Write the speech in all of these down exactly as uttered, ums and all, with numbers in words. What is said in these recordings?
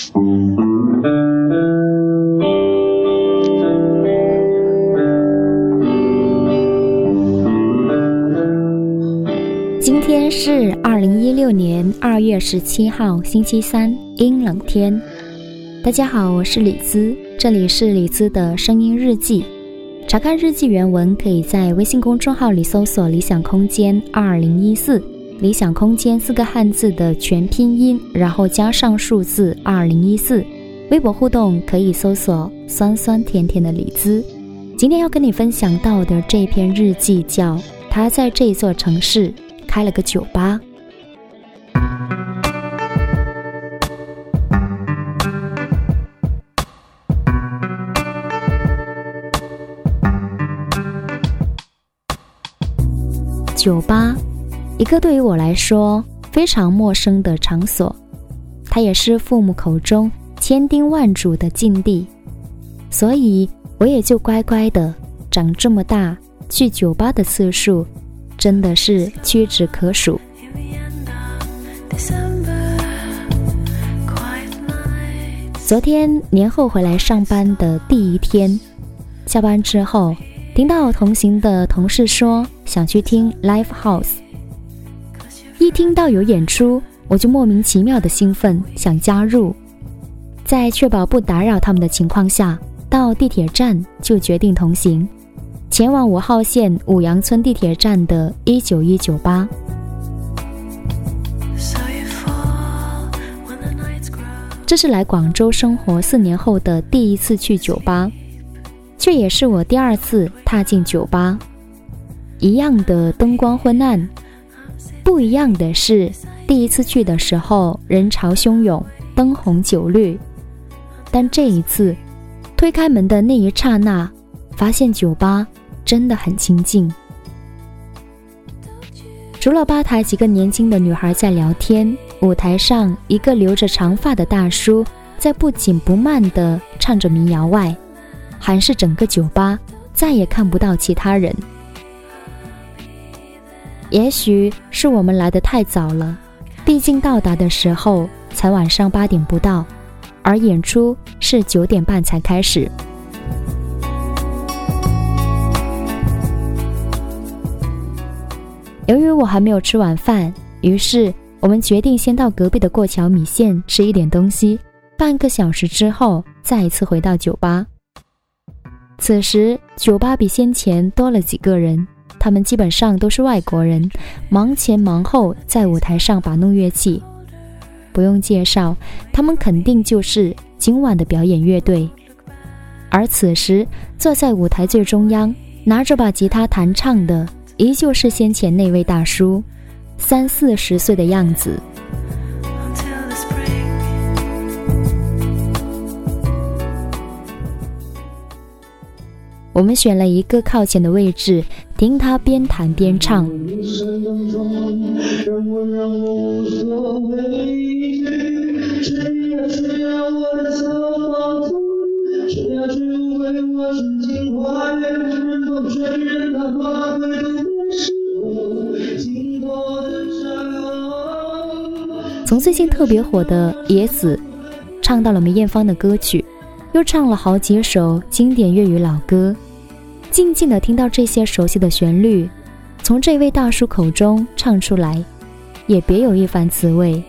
今天是二零一六年二月十七号，星期三，阴冷天。大家好，我是李兹，这里是李兹的声音日记。查看日记原文，可以在微信公众号里搜索理想空间二零一四，理想空间四个汉字的全拼音，然后加上数字二零一四。微博互动可以搜索酸酸甜甜的李兹。今天要跟你分享到的这篇日记叫他在这座城市开了个酒吧。酒吧，一个对于我来说非常陌生的场所，它也是父母口中千叮万嘱的禁地，所以我也就乖乖的长这么大，去酒吧的次数真的是屈指可数。昨天年后回来上班的第一天，下班之后听到同行的同事说想去听 Live House， 一听到有演出，我就莫名其妙的兴奋，想加入。在确保不打扰他们的情况下，到地铁站就决定同行，前往五号线五羊村地铁站的一九一酒吧。这是来广州生活四年后的第一次去酒吧，却也是我第二次踏进酒吧。一样的灯光昏暗，不一样的是，第一次去的时候人潮汹涌，灯红酒绿，但这一次推开门的那一刹那，发现酒吧真的很清静。除了吧台几个年轻的女孩在聊天，舞台上一个留着长发的大叔在不紧不慢地唱着民谣外，还是整个酒吧再也看不到其他人。也许是我们来得太早了，毕竟到达的时候才晚上八点不到，而演出是九点半才开始。由于我还没有吃晚饭，于是我们决定先到隔壁的过桥米线吃一点东西，半个小时之后再一次回到酒吧。此时酒吧比先前多了几个人，他们基本上都是外国人，忙前忙后在舞台上把弄乐器。不用介绍，他们肯定就是今晚的表演乐队。而此时坐在舞台最中央，拿着把吉他弹唱的依旧是先前那位大叔，三四十岁的样子。我们选了一个靠前的位置，听他边弹边唱。从最近特别火的《野子》唱到了梅艳芳的歌曲，又唱了好几首经典粤语老歌，静静地听到这些熟悉的旋律从这位大叔口中唱出来，也别有一番滋味。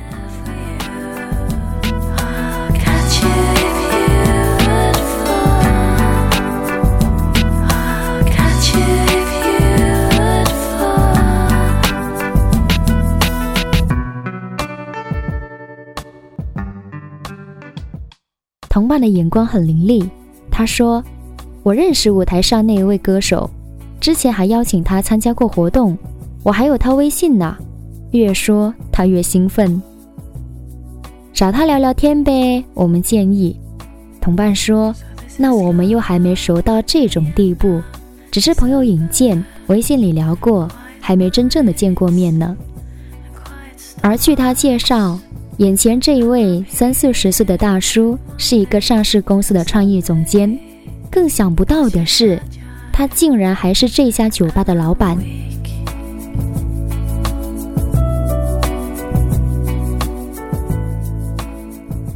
同伴的眼光很凌厉，他说，我认识舞台上那一位歌手，之前还邀请他参加过活动，我还有他微信呢。越说他越兴奋，找他聊聊天呗，我们建议。同伴说，那我们又还没熟到这种地步，只是朋友引荐，微信里聊过，还没真正的见过面呢。而据他介绍，眼前这一位三四十岁的大叔是一个上市公司的创意总监，更想不到的是，他竟然还是这家酒吧的老板。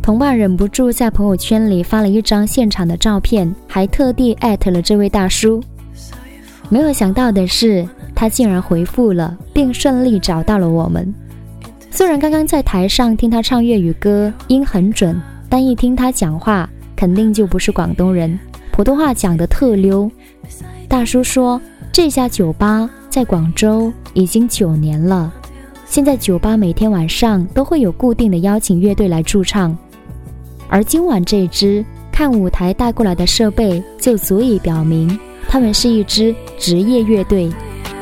同伴忍不住在朋友圈里发了一张现场的照片，还特地艾特了这位大叔。没有想到的是，他竟然回复了，并顺利找到了我们。虽然刚刚在台上听他唱粤语歌，音很准，但一听他讲话，肯定就不是广东人，普通话讲得特溜。大叔说，这家酒吧在广州已经九年了，现在酒吧每天晚上都会有固定的邀请乐队来驻唱，而今晚这支看舞台带过来的设备就足以表明他们是一支职业乐队。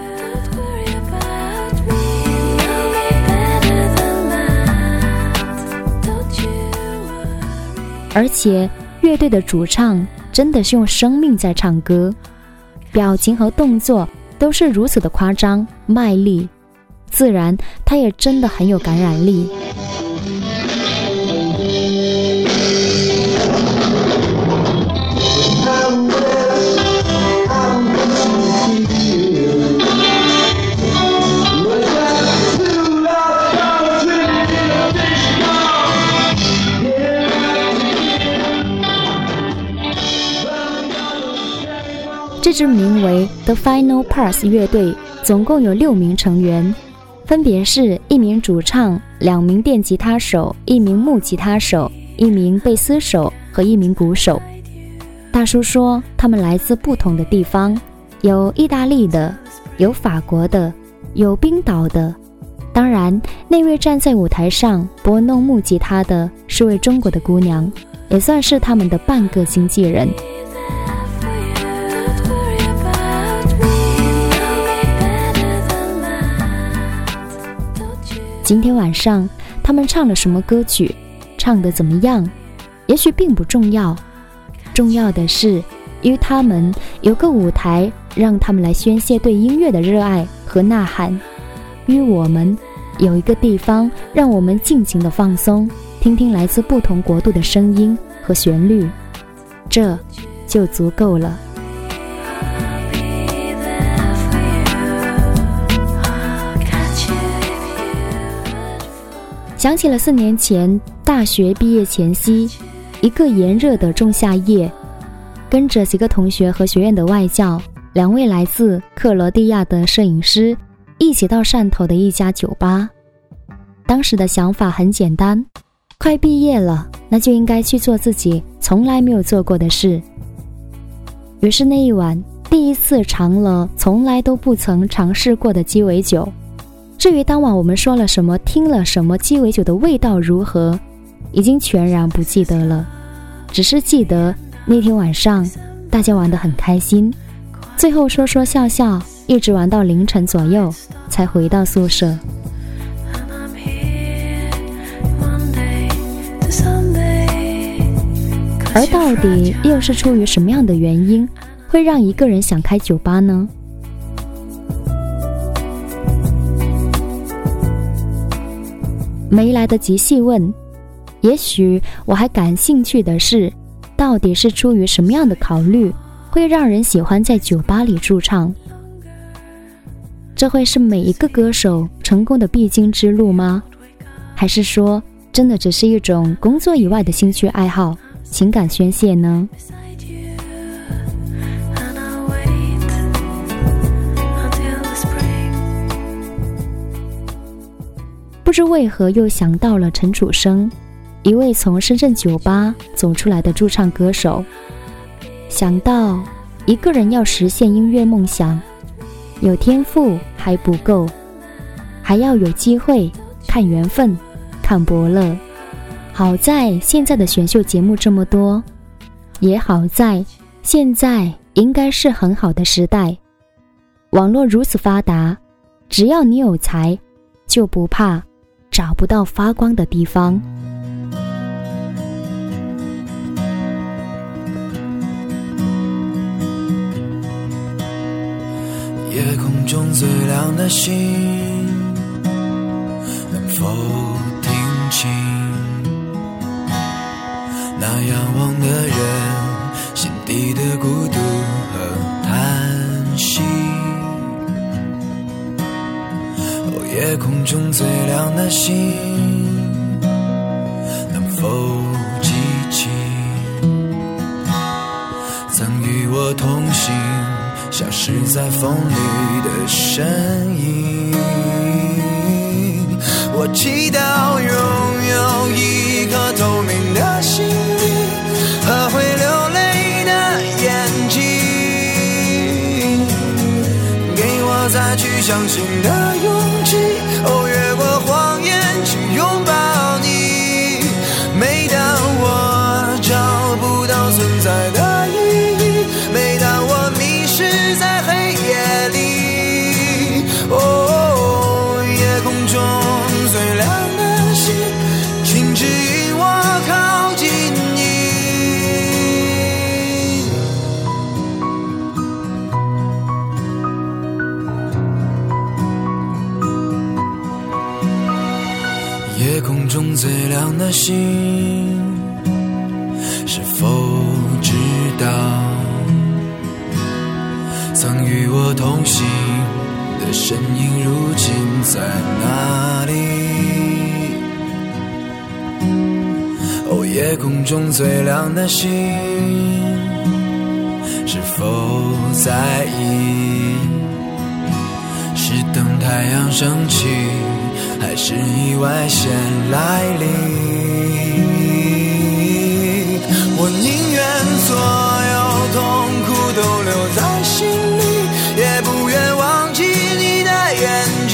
而且乐队的主唱真的是用生命在唱歌，表情和动作都是如此的夸张卖力，自然他也真的很有感染力。这支名为 The Final Parts 乐队总共有六名成员，分别是一名主唱、两名电吉他手、一名木吉他手、一名贝斯手和一名鼓手。大叔说他们来自不同的地方，有意大利的，有法国的，有冰岛的，当然那位站在舞台上拨弄木吉他的是位中国的姑娘，也算是他们的半个经纪人。今天晚上他们唱了什么歌曲，唱得怎么样，也许并不重要，重要的是与他们有个舞台让他们来宣泄对音乐的热爱和呐喊，与我们有一个地方让我们尽情的放松，听听来自不同国度的声音和旋律，这就足够了。想起了四年前大学毕业前夕，一个炎热的仲夏夜，跟着几个同学和学院的外教，两位来自克罗地亚的摄影师，一起到汕头的一家酒吧。当时的想法很简单，快毕业了，那就应该去做自己从来没有做过的事。于是那一晚，第一次尝了从来都不曾尝试过的鸡尾酒。至于当晚我们说了什么，听了什么，鸡尾酒的味道如何，已经全然不记得了，只是记得那天晚上大家玩得很开心，最后说说笑笑，一直玩到凌晨左右才回到宿舍。而到底又是出于什么样的原因，会让一个人想开酒吧呢？没来得及细问，也许我还感兴趣的是，到底是出于什么样的考虑，会让人喜欢在酒吧里驻唱？这会是每一个歌手成功的必经之路吗？还是说，真的只是一种工作以外的兴趣爱好、情感宣泄呢？不知为何又想到了陈楚生，一位从深圳酒吧走出来的驻唱歌手。想到一个人要实现音乐梦想，有天赋还不够，还要有机会，看缘分，看伯乐。好在现在的选秀节目这么多，也好在现在应该是很好的时代，网络如此发达，只要你有才，就不怕找不到发光的地方。 夜空中最亮的星，能否听清那仰望的人心底的孤独和叹息？哦，夜空中最亮的星，能否记起曾与我同行消失在风里的身影？我祈祷拥有一颗透明的心灵和会流泪的眼睛，给我再去相信的勇气，哦，越过谎言去拥抱你。每当我找不到存在的意义，每当我迷失在黑夜里，哦，夜空中最亮的星，请指引我靠近你。夜空中最亮的星，是否知道曾与我同行的身影如今在哪里？哦，夜空中最亮的星，是否在意？是等太阳升起，还是意外先来临？我宁愿所有痛苦都留在心里，也不愿忘记你的眼睛，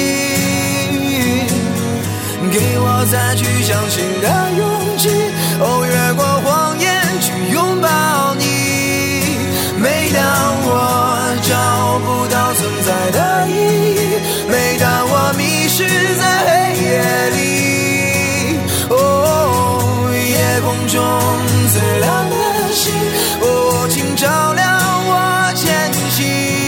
给我再去相信的勇气，哦，越过谎言去拥抱你。每当我找不到存在的意义，每当我迷失在黑夜里，哦，夜空中最亮的星，哦，请照亮我前行。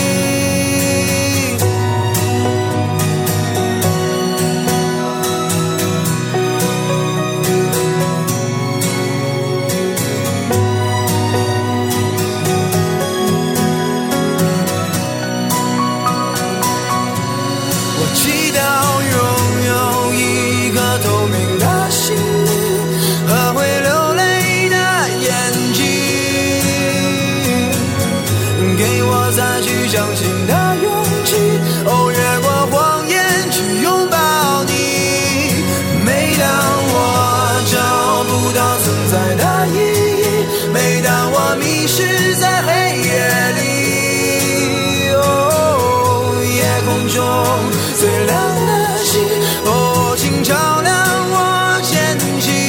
相信的勇气，哦，越过谎言去拥抱你。每当我找不到存在的意义，每当我迷失在黑夜里，哦，夜空中最亮的星，哦，请照亮我前行。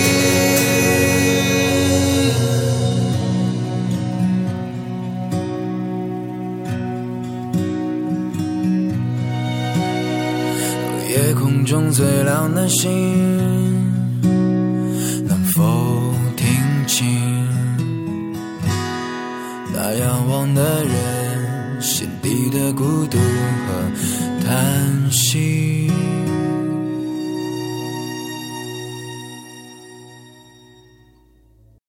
夜空中最亮的星，能否听清那仰望的人心底的孤独？